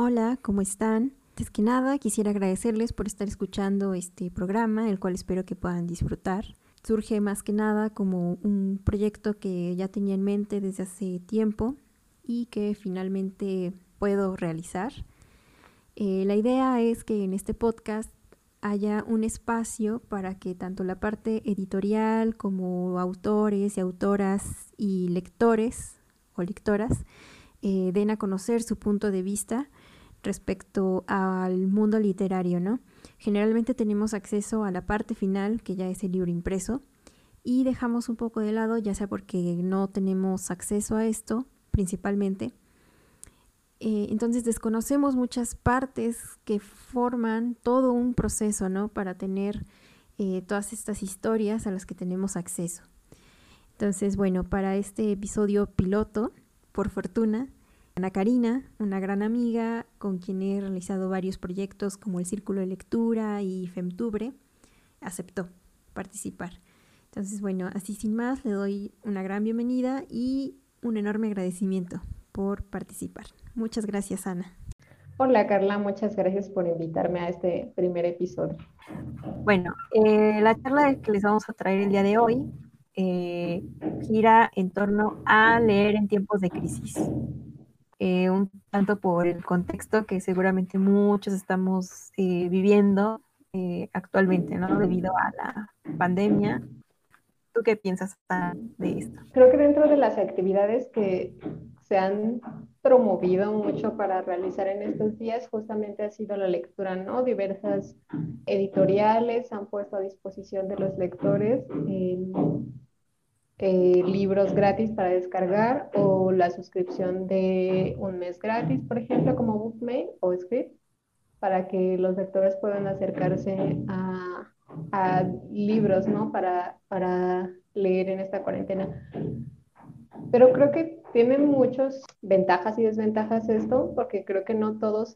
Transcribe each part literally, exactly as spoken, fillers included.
Hola, ¿cómo están? Antes que nada, quisiera agradecerles por estar escuchando este programa, el cual espero que puedan disfrutar. Surge más que nada como un proyecto que ya tenía en mente desde hace tiempo y que finalmente puedo realizar. Eh, la idea es que en este podcast haya un espacio para que tanto la parte editorial como autores y autoras y lectores o lectoras eh, den a conocer su punto de vista respecto al mundo literario, ¿no? Generalmente tenemos acceso a la parte final, que ya es el libro impreso, y dejamos un poco de lado, ya sea porque no tenemos acceso a esto, principalmente. Eh, entonces desconocemos muchas partes que forman todo un proceso, ¿no? Para tener eh, todas estas historias a las que tenemos acceso. Entonces, bueno, para este episodio piloto, por fortuna, Ana Karina, una gran amiga con quien he realizado varios proyectos como el Círculo de Lectura y Femtubre, aceptó participar. Entonces, bueno, así sin más, le doy una gran bienvenida y un enorme agradecimiento por participar. Muchas gracias, Ana. Hola Carla, muchas gracias por invitarme a este primer episodio. Bueno, eh, la charla que les vamos a traer el día de hoy eh, gira en torno a leer en tiempos de crisis. Eh, un tanto por el contexto que seguramente muchos estamos eh, viviendo eh, actualmente, ¿no? Debido a la pandemia. ¿Tú qué piensas de esto? Creo que dentro de las actividades que se han promovido mucho para realizar en estos días, justamente ha sido la lectura, ¿no? Diversas editoriales han puesto a disposición de los lectores eh, eh, libros gratis para descargar o la suscripción de un mes gratis, por ejemplo, como Bookmate o Script, para que los lectores puedan acercarse a, a libros, ¿no? Para, para leer en esta cuarentena. Pero creo que tiene muchas ventajas y desventajas esto, porque creo que no todos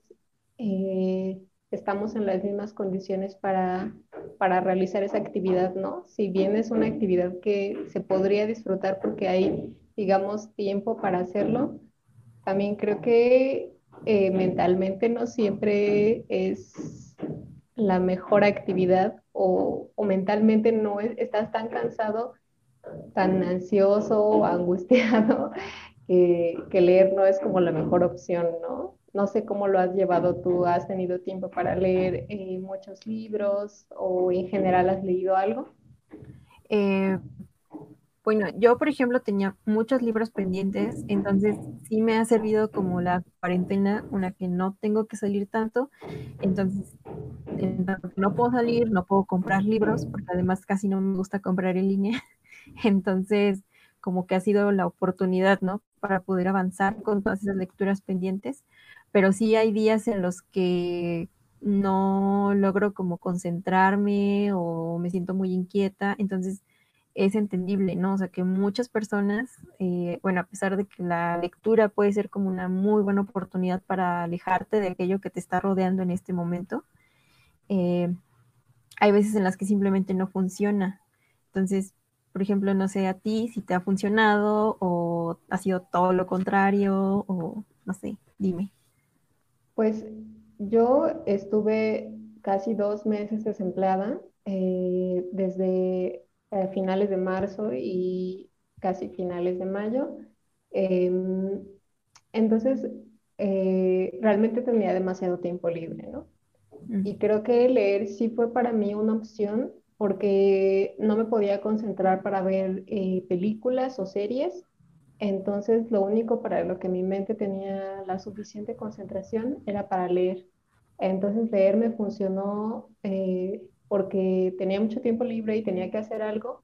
eh, estamos en las mismas condiciones para, para realizar esa actividad, ¿no? Si bien es una actividad que se podría disfrutar porque hay, digamos, tiempo para hacerlo, también creo que eh, mentalmente no siempre es la mejor actividad o, o mentalmente no es- estás tan cansado, tan ansioso o angustiado que, que leer no es como la mejor opción, ¿no? No sé cómo lo has llevado tú, ¿has tenido tiempo para leer eh, muchos libros o en general has leído algo? Eh, bueno, yo por ejemplo tenía muchos libros pendientes, entonces sí me ha servido como la cuarentena, una que no tengo que salir tanto, entonces en tanto que no puedo salir, no puedo comprar libros, porque además casi no me gusta comprar en línea. Entonces, como que ha sido la oportunidad, ¿no? Para poder avanzar con todas esas lecturas pendientes. Pero sí hay días en los que no logro como concentrarme o me siento muy inquieta. Entonces, es entendible, ¿no? O sea, que muchas personas, eh, bueno, a pesar de que la lectura puede ser como una muy buena oportunidad para alejarte de aquello que te está rodeando en este momento, eh, hay veces en las que simplemente no funciona. Entonces, por ejemplo, no sé a ti si te ha funcionado o ha sido todo lo contrario o no sé, dime. Pues yo estuve casi dos meses desempleada eh, desde eh, finales de marzo y casi finales de mayo. Em, entonces, eh, realmente tenía demasiado tiempo libre, ¿no? Mm. Y creo que leer sí fue para mí una opción porque no me podía concentrar para ver eh, películas o series. Entonces, lo único para lo que mi mente tenía la suficiente concentración era para leer. Entonces, leer me funcionó eh, porque tenía mucho tiempo libre y tenía que hacer algo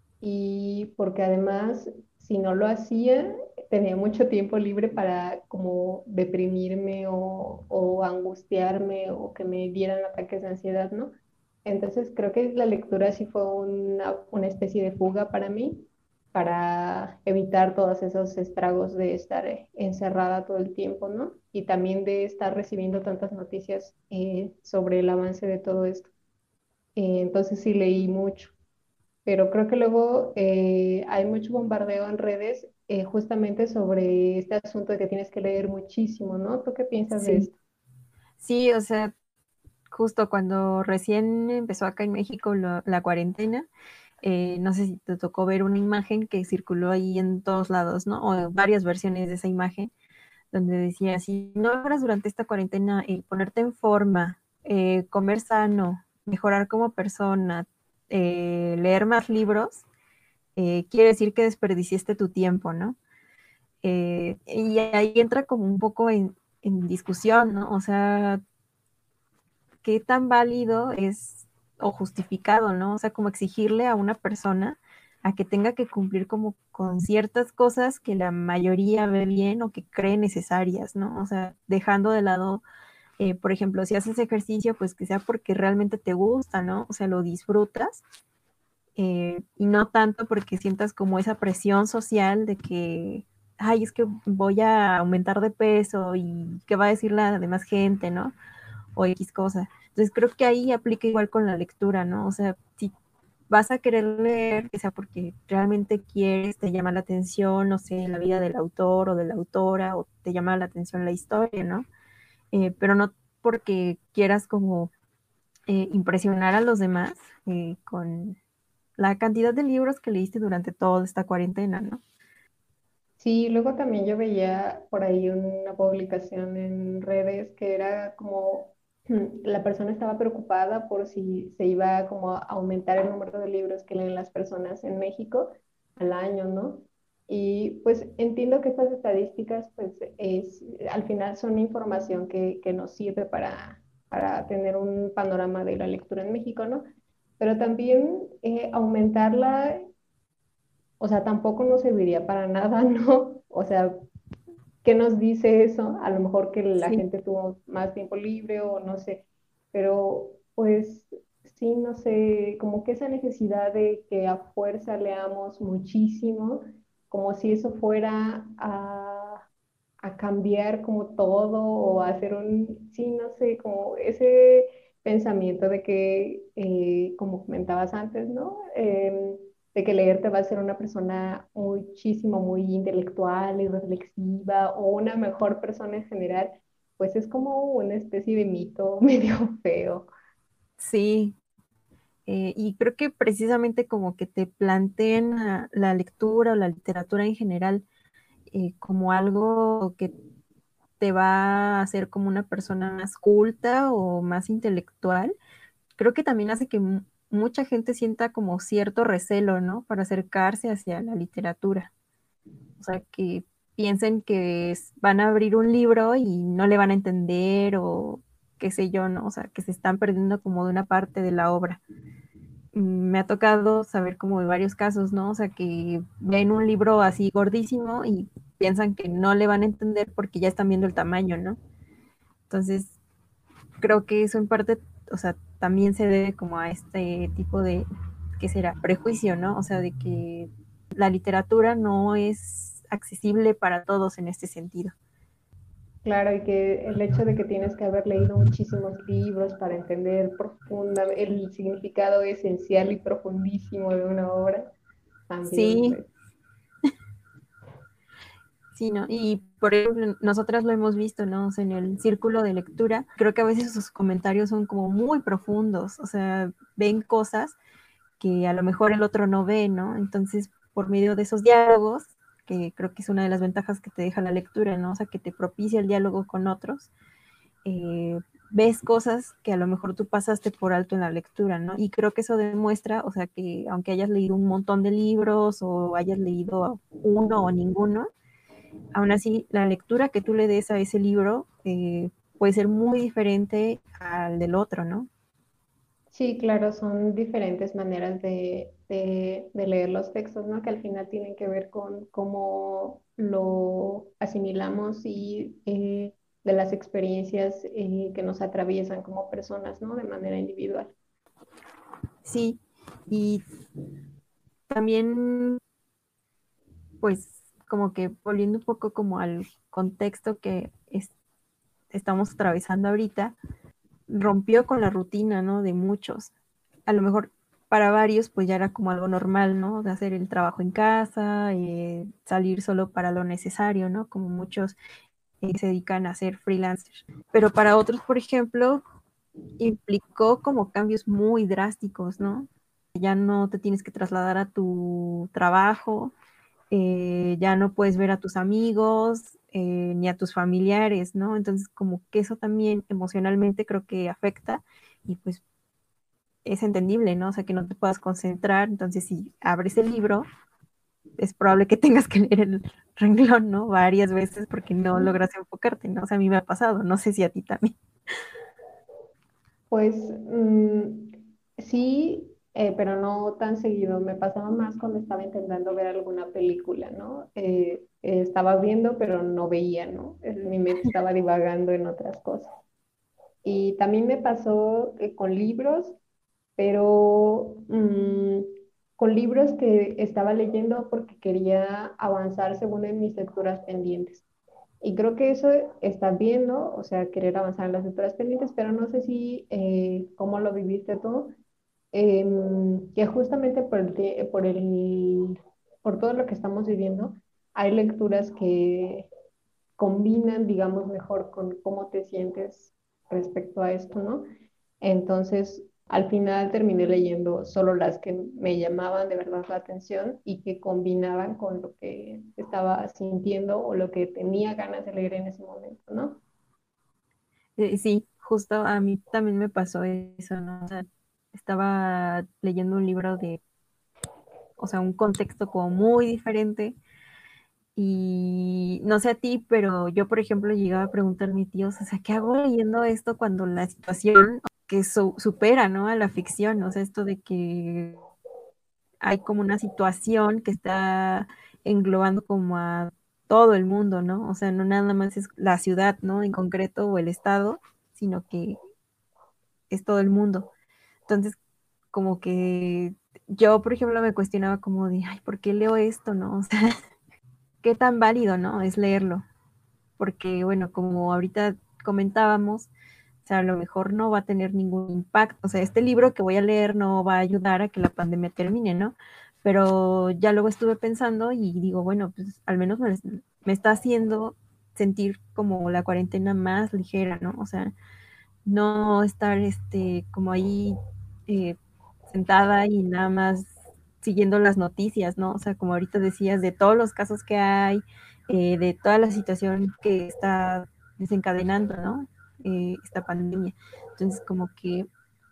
y porque además, si no lo hacía, tenía mucho tiempo libre para como deprimirme o, o angustiarme o que me dieran ataques de ansiedad, ¿no? Entonces creo que la lectura sí fue una, una especie de fuga para mí, para evitar todos esos estragos de estar eh, encerrada todo el tiempo, ¿no? Y también de estar recibiendo tantas noticias eh, sobre el avance de todo esto. Eh, entonces sí leí mucho, pero creo que luego eh, hay mucho bombardeo en redes eh, justamente sobre este asunto de que tienes que leer muchísimo, ¿no? ¿Tú qué piensas de Sí, esto? Sí, o sea, justo cuando recién empezó acá en México lo- la cuarentena, eh, no sé si te tocó ver una imagen que circuló ahí en todos lados, ¿no? O varias versiones de esa imagen, donde decía, si no logras durante esta cuarentena eh, ponerte en forma, eh, comer sano, mejorar como persona, eh, leer más libros, eh, quiere decir que desperdiciaste tu tiempo, ¿no? Eh, y ahí entra como un poco en, en discusión, ¿no? O sea, qué tan válido es o justificado, ¿no? O sea, como exigirle a una persona a que tenga que cumplir como con ciertas cosas que la mayoría ve bien o que cree necesarias, ¿no? O sea, dejando de lado, eh, por ejemplo, si haces ejercicio, pues que sea porque realmente te gusta, ¿no? O sea, lo disfrutas, eh, y no tanto porque sientas como esa presión social de que, ay, es que voy a aumentar de peso y qué va a decir la demás gente, ¿no? O X cosa. Entonces creo que ahí aplica igual con la lectura, ¿no? O sea, si vas a querer leer, que sea porque realmente quieres, te llama la atención, no sé, la vida del autor o de la autora, o te llama la atención la historia, ¿no? Eh, pero no porque quieras como eh, impresionar a los demás eh, con la cantidad de libros que leíste durante toda esta cuarentena, ¿no? Sí, luego también yo veía por ahí una publicación en redes que era como la persona estaba preocupada por si se iba como a aumentar el número de libros que leen las personas en México al año, ¿no? Y pues entiendo que estas estadísticas pues es, al final son información que, que nos sirve para, para tener un panorama de la lectura en México, ¿no? Pero también eh, aumentarla, o sea, tampoco nos serviría para nada, ¿no? O sea, ¿qué nos dice eso? A lo mejor que la Sí, gente tuvo más tiempo libre o no sé, pero pues sí, no sé, como que esa necesidad de que a fuerza leamos muchísimo, como si eso fuera a, a cambiar como todo o a hacer un, sí, no sé, como ese pensamiento de que, eh, como comentabas antes, ¿no? Em, de que leer te va a hacer una persona muchísimo, muy intelectual y reflexiva o una mejor persona en general, pues es como una especie de mito medio feo. sí. Eh, y creo que precisamente como que te planteen la, la lectura o la literatura en general eh, como algo que te va a hacer como una persona más culta o más intelectual, creo que también hace que mu- mucha gente sienta como cierto recelo, ¿no? Para acercarse hacia la literatura. O sea, que piensen que es- van a abrir un libro y no le van a entender o qué sé yo, ¿no? O sea, que se están perdiendo como de una parte de la obra. Mm, Me ha tocado saber como de varios casos, ¿no? O sea, que ven un libro así gordísimo y piensan que no le van a entender porque ya están viendo el tamaño, ¿no? Entonces, creo que eso en parte, o sea, también se debe como a este tipo de, ¿qué será? Prejuicio, ¿no? O sea, de que la literatura no es accesible para todos en este sentido. Claro, y que el hecho de que tienes que haber leído muchísimos libros para entender profunda el significado esencial y profundísimo de una obra, también Sí, pues sí, ¿no? Y por ejemplo, nosotras lo hemos visto, ¿no? O sea, en el círculo de lectura, creo que a veces sus comentarios son como muy profundos, o sea, ven cosas que a lo mejor el otro no ve, ¿no? Entonces, por medio de esos diálogos, que creo que es una de las ventajas que te deja la lectura, ¿no? O sea, que te propicia el diálogo con otros, eh, ves cosas que a lo mejor tú pasaste por alto en la lectura, ¿no? Y creo que eso demuestra, o sea, que aunque hayas leído un montón de libros o hayas leído uno o ninguno, aún así la lectura que tú le des a ese libro eh, puede ser muy diferente al del otro, ¿no? sí, claro, son diferentes maneras de, de- de leer los textos, ¿no? Que al final tienen que ver con cómo lo asimilamos y eh, de las experiencias eh, que nos atraviesan como personas, ¿no? De manera individual. Sí, y también, pues, como que volviendo un poco como al contexto que es- estamos atravesando ahorita, rompió con la rutina, ¿no? De muchos. A lo mejor para varios, pues ya era como algo normal, ¿no? De hacer el trabajo en casa, eh, salir solo para lo necesario, ¿no? Como muchos eh, se dedican a ser freelancers. Pero para otros, por ejemplo, implicó como cambios muy drásticos, ¿no? Ya no te tienes que trasladar a tu trabajo, eh, ya no puedes ver a tus amigos, eh, ni a tus familiares, ¿no? Entonces, como que eso también emocionalmente creo que afecta y pues es entendible, ¿no? O sea, que no te puedas concentrar. Entonces, si abres el libro, es probable que tengas que leer el renglón, ¿no? Varias veces porque no logras enfocarte, ¿no? O sea, a mí me ha pasado, no sé si a ti también. Pues mm, sí, eh, pero no tan seguido. Me pasaba más cuando estaba intentando ver alguna película, ¿no? Eh, eh, estaba viendo, pero no veía, ¿no? Eh, Mi mente estaba divagando en otras cosas. Y también me pasó eh, con libros, pero mm, con libros que estaba leyendo porque quería avanzar según en mis lecturas pendientes. Y creo que eso está bien, ¿no? O sea, querer avanzar en las lecturas pendientes, pero no sé si eh, cómo lo viviste tú, em, que justamente por el, tie- por el, por todo lo que estamos viviendo, hay lecturas que combinan, digamos, mejor con cómo te sientes respecto a esto, ¿no? Entonces, al final terminé leyendo solo las que me llamaban de verdad la atención y que combinaban con lo que estaba sintiendo o lo que tenía ganas de leer en ese momento, ¿no? Eh, sí, justo a mí también me pasó eso, ¿no? O sea, estaba leyendo un libro de, o sea, un contexto como muy diferente y no sé a ti, pero yo, por ejemplo, llegaba a preguntar a mis tíos, o sea, ¿qué hago leyendo esto cuando la situación que su- supera, ¿no? A la ficción, o sea, esto de que hay como una situación que está englobando como a todo el mundo, ¿no? O sea, no nada más es la ciudad, ¿no? En concreto o el estado, sino que es todo el mundo. Entonces, como que yo, por ejemplo, me cuestionaba como de, ay, ¿por qué leo esto, no? O sea, ¿qué tan válido, no? Es leerlo. Porque, bueno, como ahorita comentábamos, o sea, a lo mejor no va a tener ningún impacto. O sea, este libro que voy a leer no va a ayudar a que la pandemia termine, ¿no? Pero ya luego estuve pensando y digo, bueno, pues al menos me, me está haciendo sentir como la cuarentena más ligera, ¿no? O sea, no estar este, como ahí eh, sentada y nada más siguiendo las noticias, ¿no? O sea, como ahorita decías, de todos los casos que hay, eh, de toda la situación que está desencadenando, ¿no? Eh, esta pandemia. Entonces, como que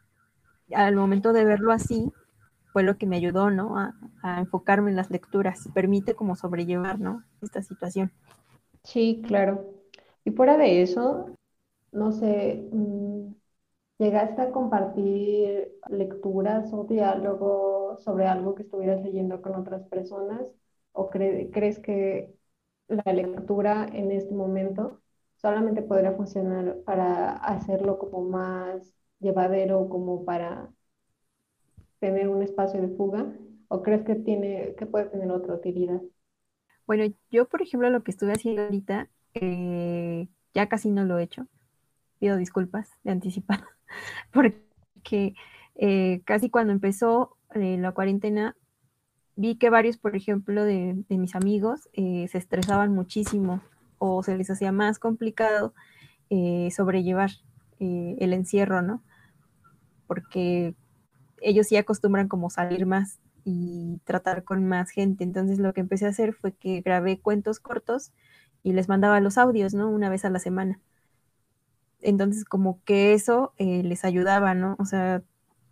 al momento de verlo así, fue lo que me ayudó, ¿no? A, a enfocarme en las lecturas, permite como sobrellevar, ¿no? Esta situación. Sí, claro. Y fuera de eso, no sé, mm, ¿llegaste a compartir lecturas o diálogos sobre algo que estuvieras leyendo con otras personas? ¿O cre- crees que la lectura en este momento solamente podría funcionar para hacerlo como más llevadero, como para tener un espacio de fuga? ¿O crees que tiene, que puede tener otra utilidad? Bueno, yo, por ejemplo, lo que estuve haciendo ahorita, eh, ya casi no lo he hecho. Pido disculpas de anticipado, porque eh, casi cuando empezó eh, la cuarentena, vi que varios, por ejemplo, de, de mis amigos eh, se estresaban muchísimo o se les hacía más complicado eh, sobrellevar eh, el encierro, ¿no? Porque ellos sí acostumbran como salir más y tratar con más gente. Entonces lo que empecé a hacer fue que grabé cuentos cortos y les mandaba los audios, ¿no? Una vez a la semana. Entonces como que eso eh, les ayudaba, ¿no? O sea,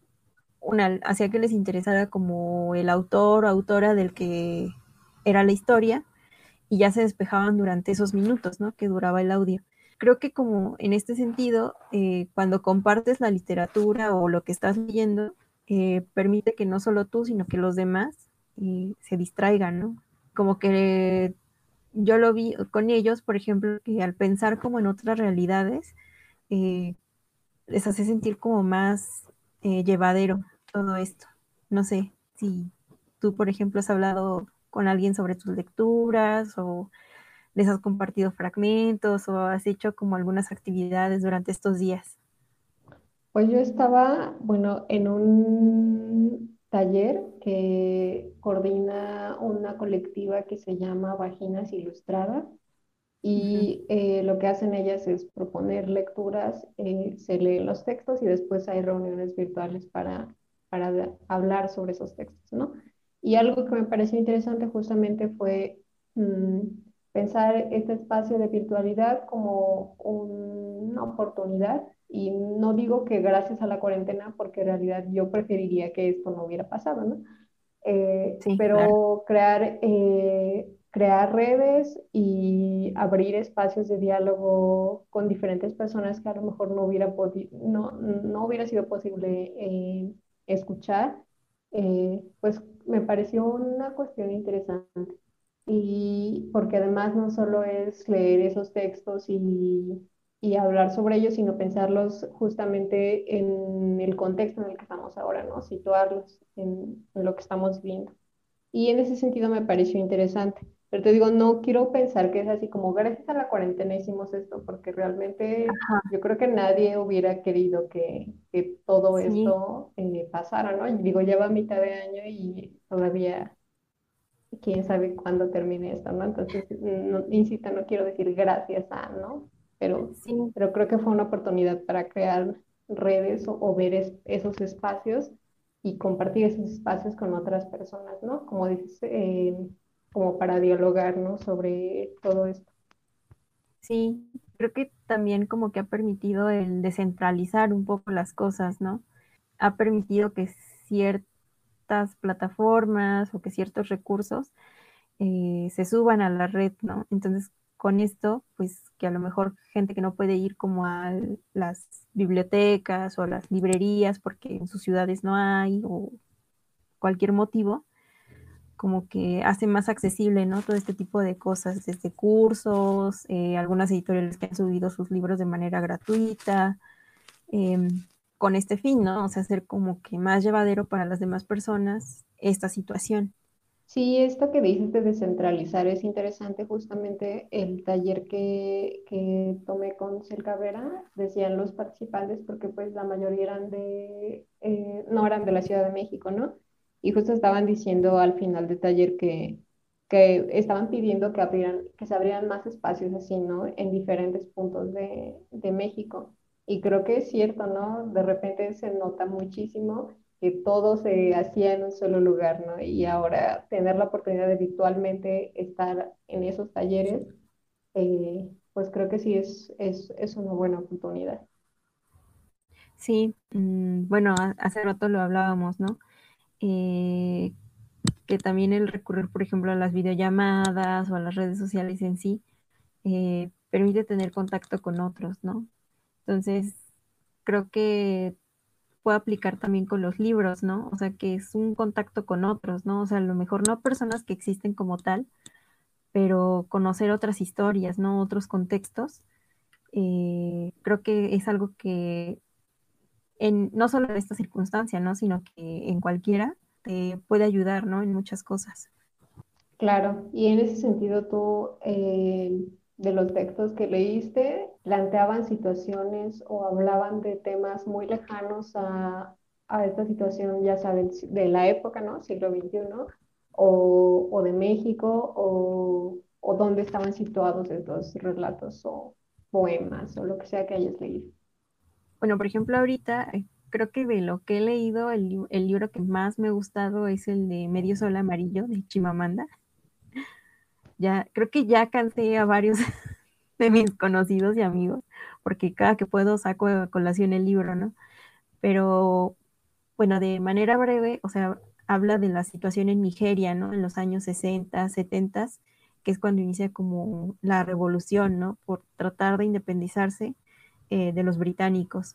una, hacía que les interesara como el autor o autora del que era la historia y ya se despejaban durante esos minutos, ¿no? Que duraba el audio. Creo que como en este sentido, eh, cuando compartes la literatura o lo que estás leyendo, eh, permite que no solo tú, sino que los demás eh, se distraigan, ¿no? Como que yo lo vi con ellos, por ejemplo, que al pensar como en otras realidades, eh, les hace sentir como más eh, llevadero todo esto. No sé si tú, por ejemplo, has hablado con alguien sobre tus lecturas o les has compartido fragmentos o has hecho como algunas actividades durante estos días. Pues yo estaba, bueno, en un taller que coordina una colectiva que se llama Vaginas Ilustradas. Ujú. y eh, lo que hacen ellas es proponer lecturas, eh, se leen los textos y después hay reuniones virtuales para, para da- hablar sobre esos textos, ¿no? Y algo que me pareció interesante justamente fue mm, pensar este espacio de virtualidad como un- una oportunidad. Y no digo que gracias a la cuarentena, porque en realidad yo preferiría que esto no hubiera pasado, ¿no? Eh, Sí, claro. pero crear, eh, crear redes y abrir espacios de diálogo con diferentes personas que a lo mejor no hubiera, podi- no, no hubiera sido posible eh, escuchar, eh, pues me pareció una cuestión interesante. Y porque además no solo es leer esos textos y, y hablar sobre ellos, sino pensarlos justamente en el contexto en el que estamos ahora, ¿no? Situarlos en, en lo que estamos viendo. Y en ese sentido me pareció interesante. Pero te digo, no quiero pensar que es así como gracias a la cuarentena hicimos esto, porque realmente Ajá. yo creo que nadie hubiera querido que, que todo Sí, esto eh, pasara, ¿no? Y digo, ya va a mitad de año y todavía quién sabe cuándo termine esto, ¿no? Entonces, no, insisto, no quiero decir gracias a, ¿no? Pero, sí, pero creo que fue una oportunidad para crear redes o, o ver es- esos espacios y compartir esos espacios con otras personas, ¿no? Como dices, eh, como para dialogar, ¿no? Sobre todo esto. sí. Creo que también como que ha permitido el descentralizar un poco las cosas, ¿no? Ha permitido que ciertas plataformas o que ciertos recursos eh, se suban a la red, ¿no? Entonces, con esto, pues que a lo mejor gente que no puede ir como a las bibliotecas o a las librerías porque en sus ciudades no hay o cualquier motivo, como que hace más accesible, ¿no? Todo este tipo de cosas, desde cursos, eh, algunas editoriales que han subido sus libros de manera gratuita, eh, con este fin, ¿no? O sea, hacer como que más llevadero para las demás personas esta situación. Sí, esto que dices de descentralizar es interesante. Justamente el taller que, que tomé con Cel Cabrera, decían los participantes, porque pues la mayoría eran de, eh, no eran de la Ciudad de México, ¿no? Y justo estaban diciendo al final del taller que, que estaban pidiendo que abrieran, que se abrieran más espacios así, ¿no? En diferentes puntos de, de México. Y creo que es cierto, ¿no? De repente se nota muchísimo que todo se hacía en un solo lugar, ¿no? Y ahora tener la oportunidad de virtualmente estar en esos talleres, eh, pues creo que sí es, es, es una buena oportunidad. Sí, mm, bueno, a- hace rato lo hablábamos, ¿no? Eh, que también el recurrir, por ejemplo, a las videollamadas o a las redes sociales en sí, eh, permite tener contacto con otros, ¿no? Entonces, creo que puede aplicar también con los libros, ¿no? O sea, que es un contacto con otros, ¿no? O sea, a lo mejor no personas que existen como tal, pero conocer otras historias, ¿no? Otros contextos, eh, creo que es algo que en, no solo en esta circunstancia, ¿no? Sino que en cualquiera te puede ayudar, ¿no? En muchas cosas. Claro, y en ese sentido tú, eh, de los textos que leíste, planteaban situaciones o hablaban de temas muy lejanos a, a esta situación, ya saben, si- de la época, ¿no? Siglo veintiuno, o, o de México, o, o dónde estaban situados estos relatos o poemas o lo que sea que hayas leído. Bueno, por ejemplo, ahorita eh, creo que de lo que he leído, el, li- el libro que más me ha gustado es el de Medio Sol Amarillo de Chimamanda. Ya, creo que ya cansé a varios de mis conocidos y amigos, porque cada que puedo saco a colación el libro, ¿no? Pero bueno, de manera breve, o sea, habla de la situación en Nigeria, ¿no? En los años sesenta, setenta, que es cuando inicia como la revolución, ¿no? Por tratar de independizarse eh, de los británicos.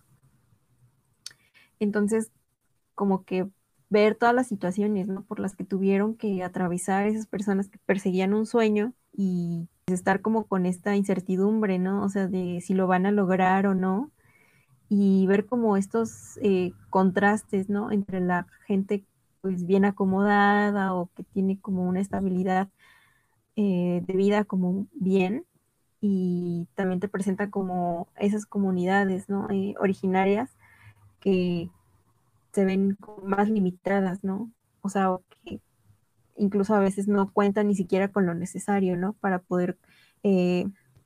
Entonces, como que ver todas las situaciones, ¿no? Por las que tuvieron que atravesar esas personas que perseguían un sueño y pues, estar como con esta incertidumbre, ¿no? O sea, de si lo van a lograr o no, y ver como estos eh, contrastes, ¿no? Entre la gente pues bien acomodada o que tiene como una estabilidad eh, de vida como bien y también te presenta como esas comunidades, ¿no? Eh, originarias que se ven como más limitadas, ¿no? O sea, que incluso a veces no cuentan ni siquiera con lo necesario, ¿no? Para poder eh,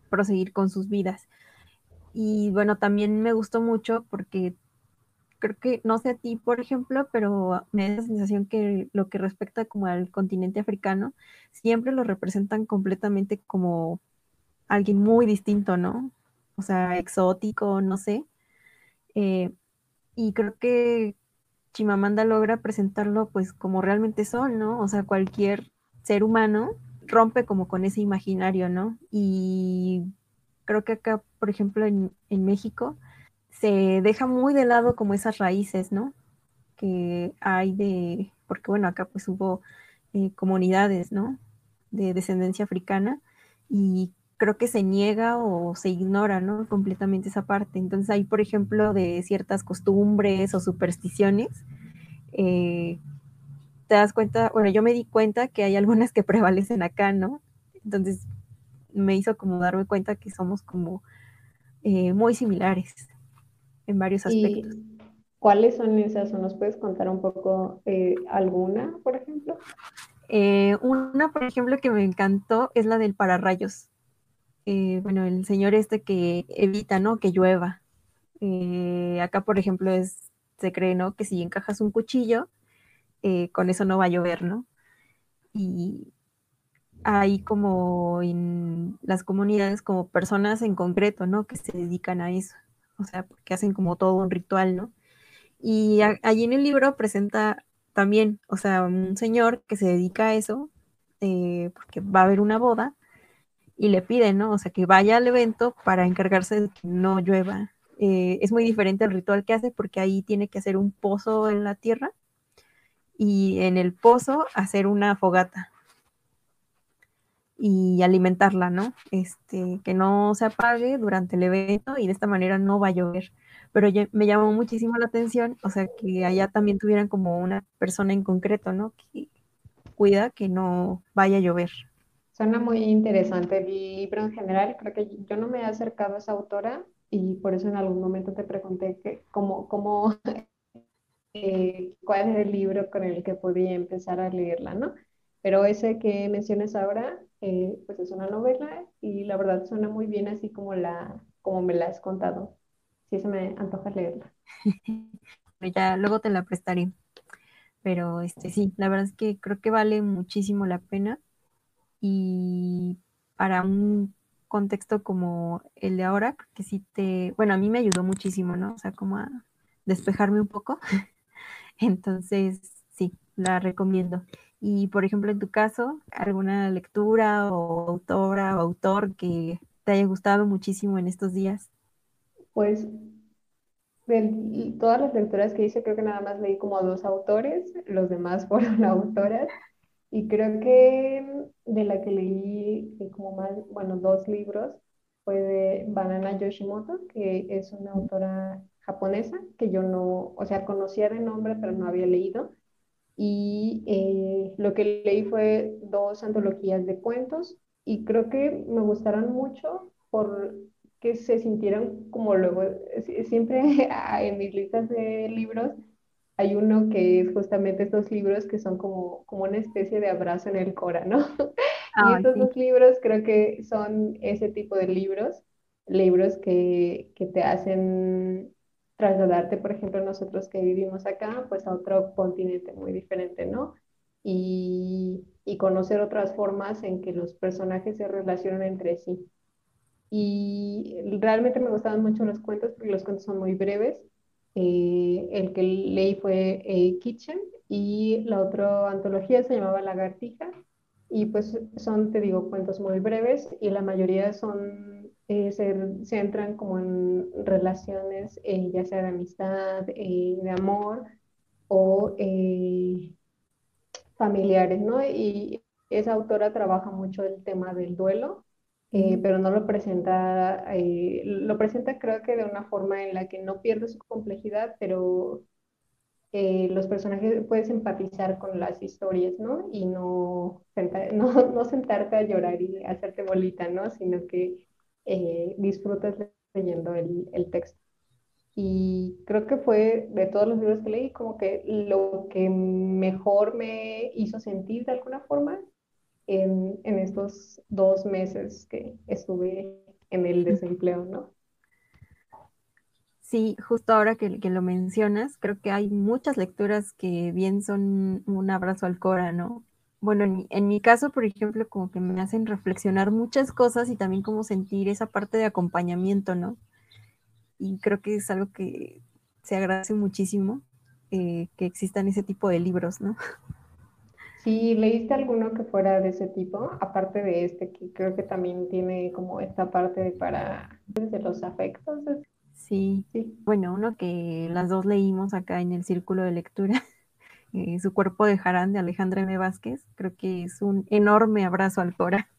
proseguir con sus vidas. Y bueno, también me gustó mucho porque creo que, no sé a ti, por ejemplo, pero me da la sensación que lo que respecta como al continente africano, siempre lo representan completamente como alguien muy distinto, ¿no? O sea, exótico, no sé. Eh, y creo que Chimamanda logra presentarlo pues como realmente son, ¿no? O sea, cualquier ser humano rompe como con ese imaginario, ¿no? Y creo que acá, por ejemplo, en, en México, se deja muy de lado como esas raíces, ¿no? Que hay de, porque bueno, acá pues hubo eh, comunidades, ¿no? De descendencia africana y creo que se niega o se ignora, ¿no? Completamente esa parte. Entonces hay, por ejemplo, de ciertas costumbres o supersticiones, eh, te das cuenta, bueno, yo me di cuenta que hay algunas que prevalecen acá, ¿no? Entonces me hizo como darme cuenta que somos como eh, muy similares en varios aspectos. ¿Y cuáles son esas? ¿O nos puedes contar un poco eh, alguna, por ejemplo? Eh, una, por ejemplo, que me encantó es la del pararrayos. Eh, bueno, el señor este que evita, ¿no? Que llueva. Eh, acá, por ejemplo, es, se cree, ¿no? Que si encajas un cuchillo, eh, con eso no va a llover, ¿no? Y hay como en las comunidades como personas en concreto, ¿no? Que se dedican a eso. O sea, porque hacen como todo un ritual, ¿no? Y a, allí en el libro presenta también, o sea, un señor que se dedica a eso, eh, porque va a haber una boda y le piden, ¿no? O sea, que vaya al evento para encargarse de que no llueva. Eh, es muy diferente el ritual que hace porque ahí tiene que hacer un pozo en la tierra y en el pozo hacer una fogata y alimentarla, ¿no? Este, que no se apague durante el evento y de esta manera no va a llover. Pero ya, me llamó muchísimo la atención, o sea, que allá también tuvieran como una persona en concreto, ¿no? Que cuida que no vaya a llover. Suena muy interesante el libro en general. Creo que yo no me he acercado a esa autora y por eso en algún momento te pregunté que, cómo, cómo, eh, cuál era el libro con el que podía empezar a leerla, ¿no? Pero ese que mencionas ahora, eh, pues es una novela y la verdad suena muy bien así como, la, como me la has contado. Sí, se me antoja leerla. Pero ya luego te la prestaré. Pero este sí, la verdad es que creo que vale muchísimo la pena y para un contexto como el de ahora, que sí te, bueno, a mí me ayudó muchísimo, ¿no? O sea, como a despejarme un poco. Entonces, sí, la recomiendo. Y, por ejemplo, en tu caso, ¿alguna lectura o autora o autor que te haya gustado muchísimo en estos días? Pues de todas las lecturas que hice, creo que nada más leí como a dos autores, los demás fueron autoras. Y creo que de la que leí eh, como más, bueno, dos libros fue de Banana Yoshimoto, que es una autora japonesa que yo no, o sea, conocía de nombre, pero no había leído. Y eh, lo que leí fue dos antologías de cuentos y creo que me gustaron mucho por que se sintieran como luego, eh, siempre en mis listas de libros hay uno que es justamente estos libros que son como, como una especie de abrazo en el Cora, ¿no? Y Ay, estos sí. dos libros creo que son ese tipo de libros, libros que, que te hacen trasladarte, por ejemplo, nosotros que vivimos acá, pues a otro continente muy diferente, ¿no? Y, y conocer otras formas en que los personajes se relacionan entre sí. Y realmente me gustaban mucho los cuentos porque los cuentos son muy breves. Eh, el que leí fue eh, Kitchen y la otra antología se llamaba Lagartija. Y pues son, te digo, cuentos muy breves y la mayoría son, eh, se centran como en relaciones, eh, ya sea de amistad, eh, de amor o eh, familiares, ¿no? Y esa autora trabaja mucho el tema del duelo, eh, Sí. pero no lo presenta, eh, lo presenta creo que de una forma en la que no pierde su complejidad, pero eh, los personajes puedes empatizar con las historias, ¿no? Y no, senta- no, no sentarte a llorar y hacerte bolita, ¿no? Sino que eh, disfrutas leyendo el, el texto. Y creo que fue de todos los libros que leí, como que lo que mejor me hizo sentir de alguna forma en, en estos dos meses que estuve en el desempleo, ¿no? Sí, justo ahora que, que lo mencionas, creo que hay muchas lecturas que bien son un abrazo al cora, ¿no? Bueno, en mi, en mi caso, por ejemplo, como que me hacen reflexionar muchas cosas y también como sentir esa parte de acompañamiento, ¿no? Y creo que es algo que se agradece muchísimo, eh, que existan ese tipo de libros, ¿no? Si leíste alguno que fuera de ese tipo, aparte de este, que creo que también tiene como esta parte de para de los afectos, es- Sí, sí. bueno, uno que las dos leímos acá en el círculo de lectura, eh, Su cuerpo de Harán de Alejandra M. Vázquez, creo que es un enorme abrazo al Cora.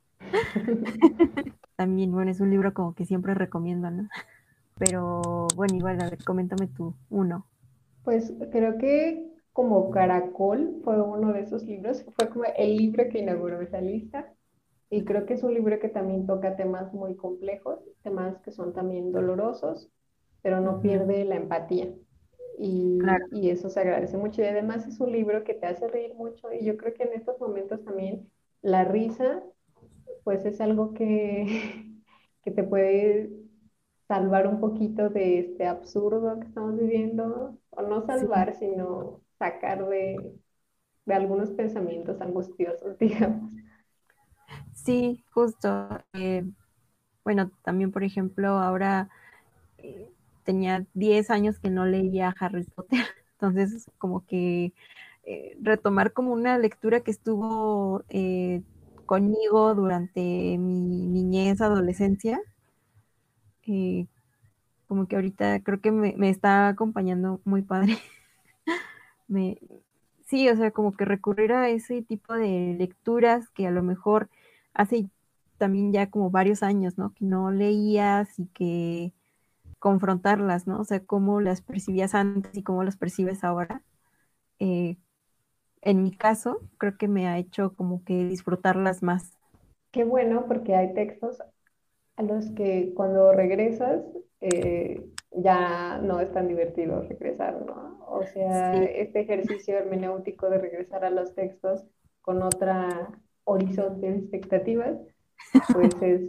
También, bueno, es un libro como que siempre recomiendo, ¿no? Pero bueno, igual, a ver, coméntame tú, uno. Pues creo que como Caracol fue uno de esos libros, fue como el libro que inauguró esa lista. Y creo que es un libro que también toca temas muy complejos, temas que son también dolorosos, pero no Ujú, pierde la empatía. Y, claro, y eso se agradece mucho. Y además es un libro que te hace reír mucho. Y yo creo que en estos momentos también la risa, pues es algo que, que te puede salvar un poquito de este absurdo que estamos viviendo. O no sí, salvar, sino sacar de, de algunos pensamientos angustiosos, digamos. sí, justo. eh, bueno, también, por ejemplo, ahora eh, tenía diez años que no leía Harry Potter, entonces como que eh, retomar como una lectura que estuvo eh, conmigo durante mi niñez, adolescencia, eh, como que ahorita creo que me, me está acompañando muy padre. Me, sí, o sea, como que recurrir a ese tipo de lecturas que a lo mejor hace también ya como varios años, ¿no? Que no leías y que confrontarlas, ¿no? O sea, cómo las percibías antes y cómo las percibes ahora. Eh, en mi caso, creo que me ha hecho como que disfrutarlas más. Qué bueno, porque hay textos a los que cuando regresas eh, ya no es tan divertido regresar, ¿no? O sea, Sí, este ejercicio hermenéutico de regresar a los textos con otra horizonte de expectativas, pues es,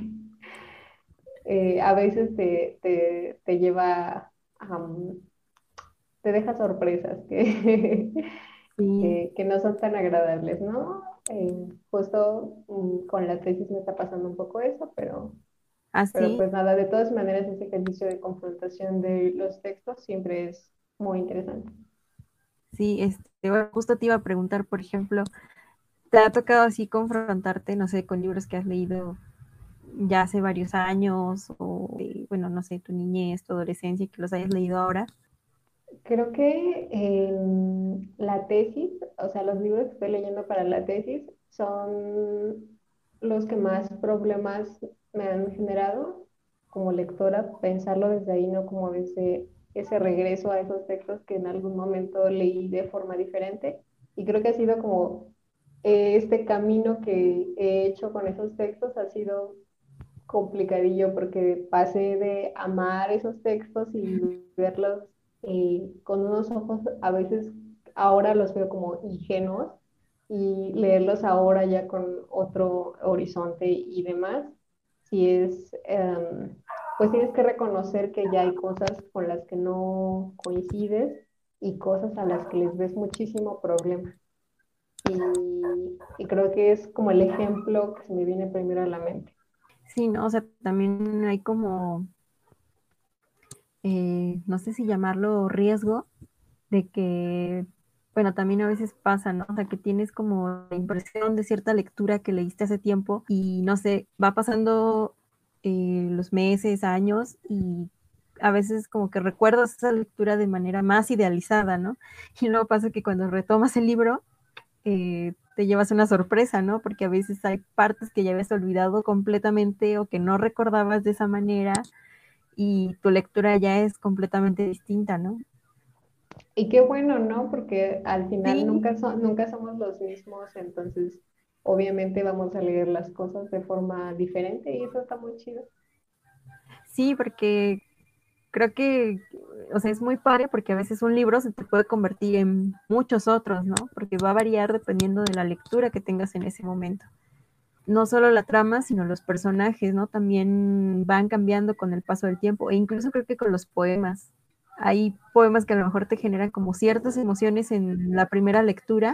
eh, a veces te, te, te lleva, a, te deja sorpresas que, sí, que, que no son tan agradables, ¿no? Eh, justo mm, con la tesis me está pasando un poco eso, pero Pero así, pues nada, de todas maneras ese ejercicio de confrontación de los textos siempre es muy interesante. sí, este, bueno, justo te iba a preguntar, por ejemplo, ¿te ha tocado así confrontarte, no sé, con libros que has leído ya hace varios años o, de, bueno, no sé, tu niñez, tu adolescencia, que los hayas leído ahora? Creo que en la tesis, o sea, los libros que estoy leyendo para la tesis son los que más problemas me han generado como lectora, pensarlo desde ahí, no como desde ese regreso a esos textos que en algún momento leí de forma diferente. Y creo que ha sido como eh, este camino que he hecho con esos textos ha sido complicadillo porque pasé de amar esos textos y verlos eh, con unos ojos, a veces ahora los veo como ingenuos y leerlos ahora ya con otro horizonte y demás, si es, em, pues tienes que reconocer que ya hay cosas con las que no coincides y cosas a las que les ves muchísimo problema. Y, y creo que es como el ejemplo que se me viene primero a la mente. Sí, ¿no? O sea, también hay como, eh, no sé si llamarlo riesgo, de que, bueno, también a veces pasa, ¿no? O sea, que tienes como la impresión de cierta lectura que leíste hace tiempo y, no sé, va pasando eh, los meses, años y a veces como que recuerdas esa lectura de manera más idealizada, ¿no? Y luego pasa que cuando retomas el libro, eh, te llevas una sorpresa, ¿no? Porque a veces hay partes que ya habías olvidado completamente o que no recordabas de esa manera y tu lectura ya es completamente distinta, ¿no? Y qué bueno, ¿no? Porque al final Sí, nunca, so- nunca somos los mismos, entonces obviamente vamos a leer las cosas de forma diferente y eso está muy chido. sí, porque creo que, o sea, es muy padre porque a veces un libro se te puede convertir en muchos otros, ¿no? Porque va a variar dependiendo de la lectura que tengas en ese momento. no solo la trama, sino los personajes, ¿no? También van cambiando con el paso del tiempo, e incluso creo que con los poemas. Hay poemas que a lo mejor te generan como ciertas emociones en la primera lectura,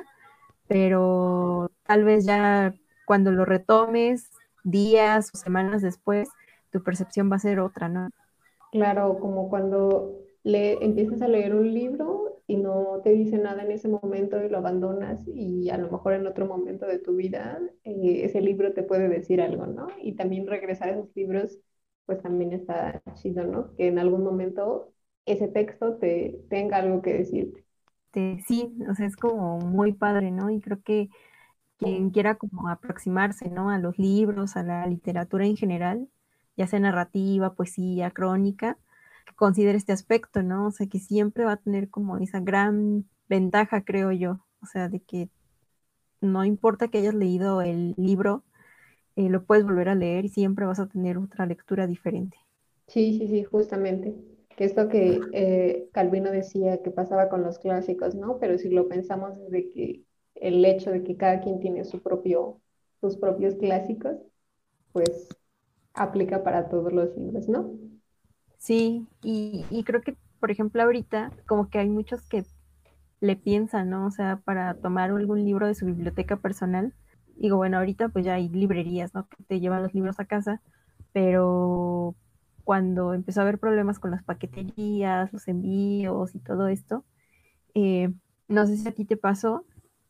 pero tal vez ya cuando lo retomes días o semanas después, tu percepción va a ser otra, ¿no? Claro, como cuando le empiezas a leer un libro y no te dice nada en ese momento y lo abandonas y a lo mejor en otro momento de tu vida eh, ese libro te puede decir algo, ¿no? Y también regresar a esos libros, pues también está chido, ¿no? Que en algún momento ese texto te tenga algo que decirte. Este, sí, o sea, es como muy padre, ¿no? Y creo que quien quiera como aproximarse, ¿no? A los libros, a la literatura en general, ya sea narrativa, poesía, crónica, que considere este aspecto, ¿no? O sea, que siempre va a tener como esa gran ventaja, creo yo, o sea, de que no importa que hayas leído el libro, eh, lo puedes volver a leer y siempre vas a tener otra lectura diferente. Sí, sí, sí, justamente. Que esto que eh, Calvino decía que pasaba con los clásicos, ¿no? Pero si lo pensamos desde que el hecho de que cada quien tiene su propio, sus propios clásicos, pues aplica para todos los libros, ¿no? Sí, y, y creo que, por ejemplo, ahorita como que hay muchos que le piensan, ¿no? O sea, para tomar algún libro de su biblioteca personal. Digo, bueno, ahorita pues ya hay librerías, ¿no? Que te llevan los libros a casa, pero cuando empezó a haber problemas con las paqueterías, los envíos y todo esto, eh, no sé si a ti te pasó,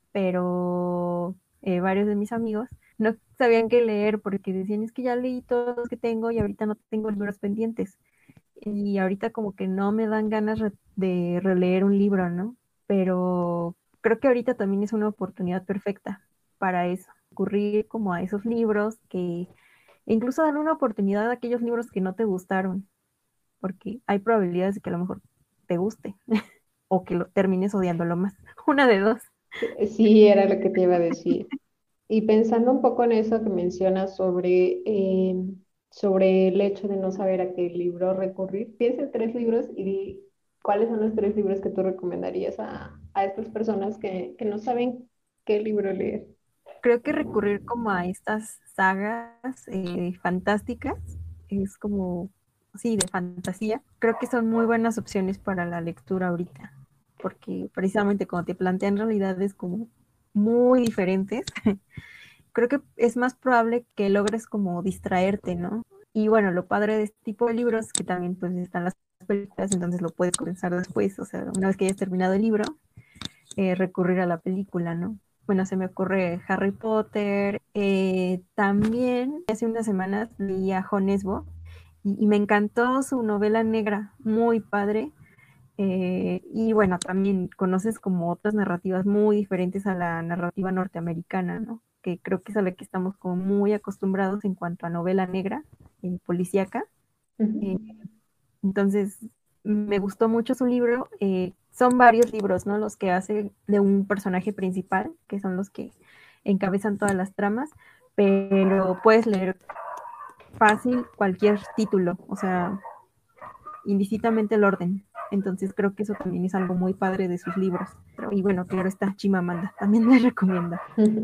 pero eh, varios de mis amigos no sabían qué leer porque decían, es que ya leí todos los que tengo y ahorita no tengo libros pendientes. Y ahorita como que no me dan ganas re- de releer un libro, ¿no? Pero creo que ahorita también es una oportunidad perfecta para eso, recurrir como a esos libros que, e incluso dar una oportunidad a aquellos libros que no te gustaron, porque hay probabilidades de que a lo mejor te guste o que lo termines odiándolo más. Una de dos. Sí, era lo que te iba a decir. Y pensando un poco en eso que mencionas sobre, eh, sobre el hecho de no saber a qué libro recurrir, piensa en tres libros y di cuáles son los tres libros que tú recomendarías a, a estas personas que, que no saben qué libro leer. Creo que recurrir como a estas sagas eh, fantásticas es como, sí, de fantasía. Creo que son muy buenas opciones para la lectura ahorita, porque precisamente cuando te plantean realidades como muy diferentes, creo que es más probable que logres como distraerte, ¿no? Y bueno, lo padre de este tipo de libros es que también pues están las películas, entonces lo puedes comenzar después, o sea, una vez que hayas terminado el libro, eh, recurrir a la película, ¿no? Bueno, se me ocurre Harry Potter. Eh, también hace unas semanas leí a Jon Esbo y, y me encantó su novela negra, muy padre. Eh, y bueno, también conoces como otras narrativas muy diferentes a la narrativa norteamericana, ¿no? Que creo que es a la que estamos como muy acostumbrados en cuanto a novela negra, eh, policíaca. Eh, Ujú. entonces, me gustó mucho su libro. Eh, son varios libros, ¿no? Los que hace de un personaje principal, que son los que encabezan todas las tramas, pero puedes leer fácil cualquier título, o sea, indistintamente el orden. Entonces creo que eso también es algo muy padre de sus libros. Y bueno, claro está Chimamanda, también les recomiendo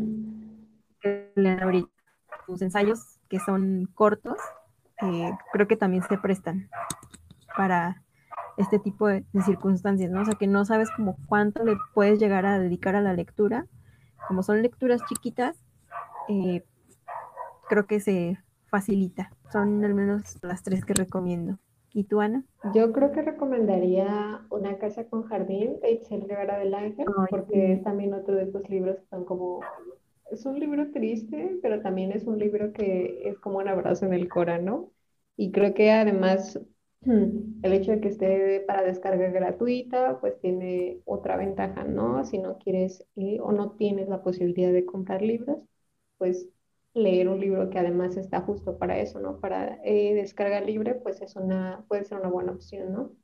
que lean ahorita sus ensayos, que son cortos, eh, creo que también se prestan para este tipo de, de, circunstancias, ¿no? O sea, que no sabes como cuánto le puedes llegar a dedicar a la lectura. Como son lecturas chiquitas, eh, creo que se facilita. Son al menos las tres que recomiendo. ¿Y tú, Ana? Yo creo que recomendaría Una casa con jardín de Itzel Rivera del Ángel, Ay, porque es sí. también otro de estos libros que son como, es un libro triste, pero también es un libro que es como un abrazo en el cora, ¿no? Y creo que además el hecho de que esté para descarga gratuita, pues tiene otra ventaja, ¿no? Si no quieres eh, o no tienes la posibilidad de comprar libros, pues leer un libro que además está justo para eso, ¿no? Para eh, descarga libre, pues es una, puede ser una buena opción, ¿no?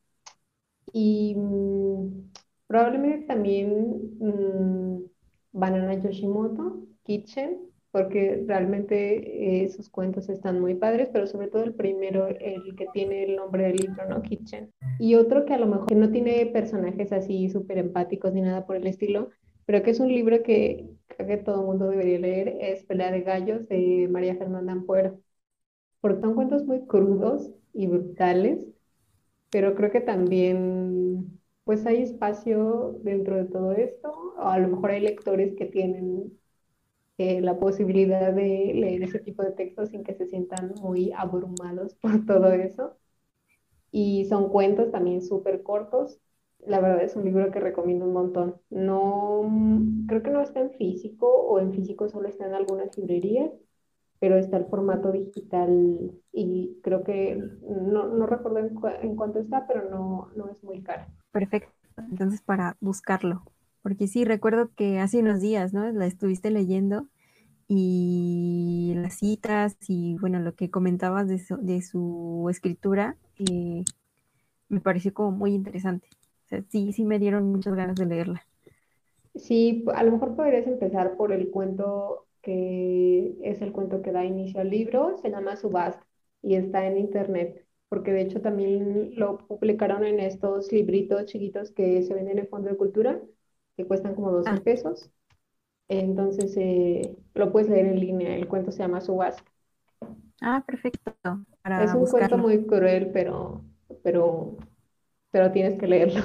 Y mm, probablemente también mm, Banana Yoshimoto, Kitchen, porque realmente eh, esos cuentos están muy padres, pero sobre todo el primero, el que tiene el nombre del libro, ¿no? Kitchen. Y otro que a lo mejor que no tiene personajes así súper empáticos ni nada por el estilo, pero que es un libro que creo que todo el mundo debería leer es Pelea de Gallos de María Fernanda Ampuero, porque son cuentos muy crudos y brutales, pero creo que también pues hay espacio dentro de todo esto, o a lo mejor hay lectores que tienen eh, la posibilidad de leer ese tipo de textos sin que se sientan muy abrumados por todo eso. Y son cuentos también súper cortos. La verdad es un libro que recomiendo un montón. No, mm, creo que no está en físico o en físico solo está en algunas librerías, pero está el formato digital y creo que no, no recuerdo en, cua- en cuánto está, pero no, no es muy caro. Perfecto. Entonces, para buscarlo. Porque sí, recuerdo que hace unos días, ¿no? La estuviste leyendo y las citas y, bueno, lo que comentabas de su, de su escritura, eh, me pareció como muy interesante. O sea, sí, sí me dieron muchas ganas de leerla. Sí, a lo mejor podrías empezar por el cuento que es el cuento que da inicio al libro, se llama Subasta y está en internet, porque de hecho también lo publicaron en estos libritos chiquitos que se venden en Fondo de Cultura, que cuestan como doce Ah, pesos. Entonces eh, lo puedes leer en línea, el cuento se llama Subasta. ah, perfecto, Es para un cuento buscarlo. muy cruel, pero, pero, pero tienes que leerlo.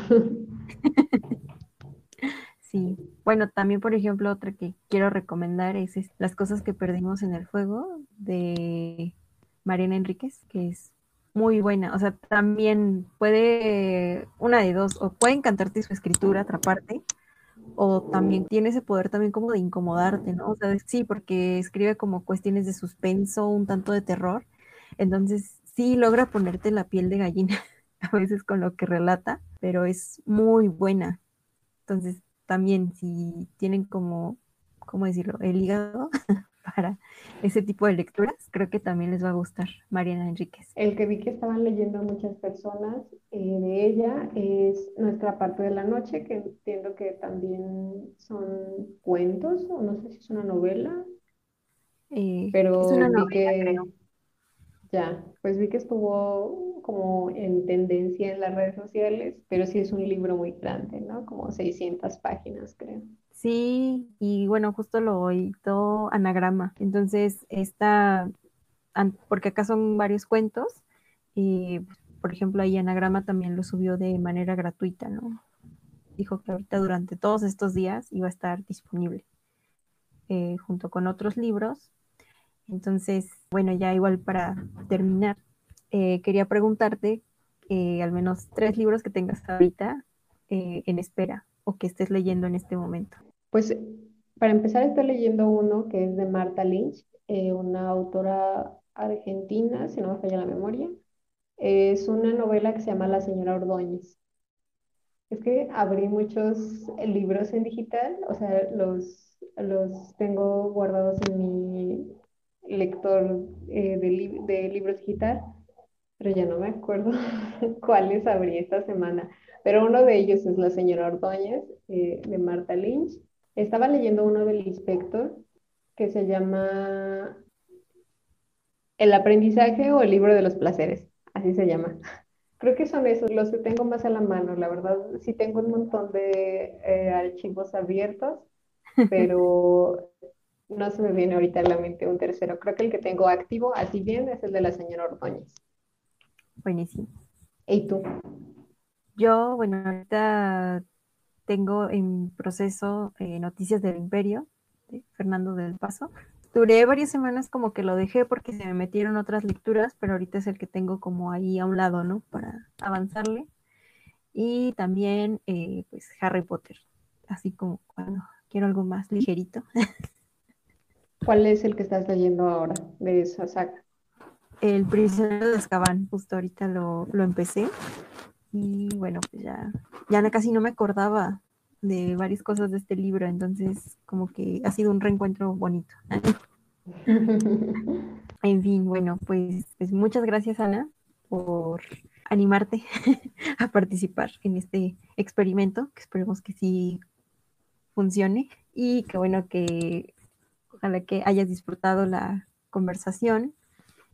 Sí. Bueno, también, por ejemplo, otra que quiero recomendar es, es Las cosas que perdimos en el fuego de Mariana Enríquez, que es muy buena. O sea, también puede, una de dos, o puede encantarte su escritura, atraparte, o también tiene ese poder también como de incomodarte, ¿no? O sea, sí, porque escribe como cuestiones de suspenso, un tanto de terror. Entonces, sí logra ponerte la piel de gallina a veces con lo que relata, pero es muy buena. Entonces, también si tienen como, ¿cómo decirlo? El hígado para ese tipo de lecturas, creo que también les va a gustar Mariana Enríquez. El que vi que estaban leyendo muchas personas eh, de ella es Nuestra parte de la noche, que entiendo que también son cuentos, o no sé si es una novela, Eh, es una pero vi novela, creo. que ya, pues vi que estuvo como en tendencia en las redes sociales, pero sí es un libro muy grande, ¿no? Como seiscientas páginas, creo. Sí, y bueno, justo lo editó Anagrama. Entonces, esta, an- porque acá son varios cuentos, y por ejemplo, ahí Anagrama también lo subió de manera gratuita, ¿no? Dijo que ahorita durante todos estos días iba a estar disponible, eh, junto con otros libros. Entonces, bueno, ya igual para terminar, eh, quería preguntarte eh, al menos tres libros que tengas ahorita eh, en espera o que estés leyendo en este momento. Pues para empezar estoy leyendo uno que es de Marta Lynch, eh, una autora argentina, si no me falla la memoria. Es una novela que se llama La señora Ordóñez. Es que abrí muchos libros en digital, o sea, los, los tengo guardados en mi lector eh, de, li- de libros digital, pero ya no me acuerdo cuáles abrí esta semana. Pero uno de ellos es La señora Ordóñez, eh, de Marta Lynch. Estaba leyendo uno del inspector que se llama El aprendizaje o el libro de los placeres, así se llama. Creo que son esos los que tengo más a la mano. La verdad, sí tengo un montón de eh, archivos abiertos, pero no se me viene ahorita a la mente un tercero. Creo que el que tengo activo, así bien, es el de la señora Ordóñez. Buenísimo. ¿Y tú? Yo, bueno, ahorita tengo en proceso eh, Noticias del Imperio, de Fernando del Paso. Duré varias semanas como que lo dejé porque se me metieron otras lecturas, pero ahorita es el que tengo como ahí a un lado, ¿no? Para avanzarle. Y también, eh, pues, Harry Potter, así como cuando quiero algo más ligerito. ¿Cuál es el que estás leyendo ahora de esa saga? El prisionero de Azkaban, justo ahorita lo, lo empecé. Y bueno, pues ya, ya no- casi no me acordaba de varias cosas de este libro, entonces como que ha sido un reencuentro bonito. En fin, bueno, pues, pues muchas gracias, Ana, por animarte a participar en este experimento, que esperemos que sí funcione y que bueno que ojalá que hayas disfrutado la conversación.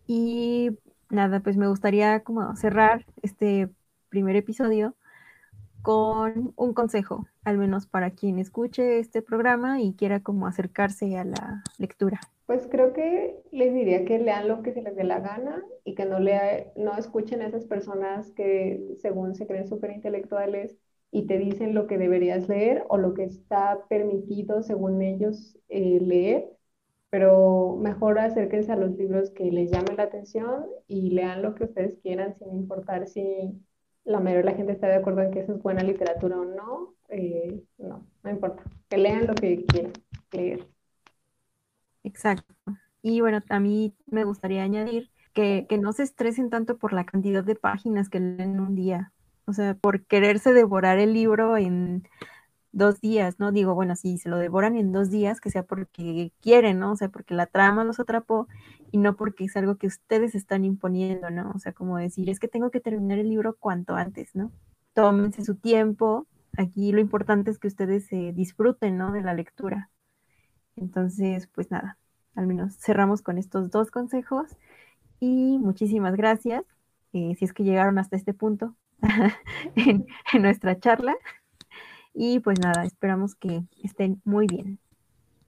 Y nada, pues me gustaría como cerrar este primer episodio con un consejo, al menos para quien escuche este programa y quiera como acercarse a la lectura. Pues creo que les diría que lean lo que se les dé la gana y que no, lea, no escuchen a esas personas que según se creen súper intelectuales y te dicen lo que deberías leer o lo que está permitido según ellos eh, leer, pero mejor acérquense a los libros que les llamen la atención y lean lo que ustedes quieran sin importar si la mayoría de la gente está de acuerdo en que eso es buena literatura o no. Eh, no, no importa, que lean lo que quieran leer. Exacto. Y bueno, a mí me gustaría añadir que, que no se estresen tanto por la cantidad de páginas que leen en un día. O sea, por quererse devorar el libro en dos días, ¿no? Digo, bueno, si se lo devoran en dos días, que sea porque quieren, ¿no? O sea, porque la trama los atrapó y no porque es algo que ustedes están imponiendo, ¿no? O sea, como decir, es que tengo que terminar el libro cuanto antes, ¿no? Tómense su tiempo. Aquí lo importante es que ustedes se disfruten, ¿no? De la lectura. Entonces, pues nada, al menos cerramos con estos dos consejos y muchísimas gracias, eh, si es que llegaron hasta este punto en, en nuestra charla. Y pues nada, esperamos que estén muy bien.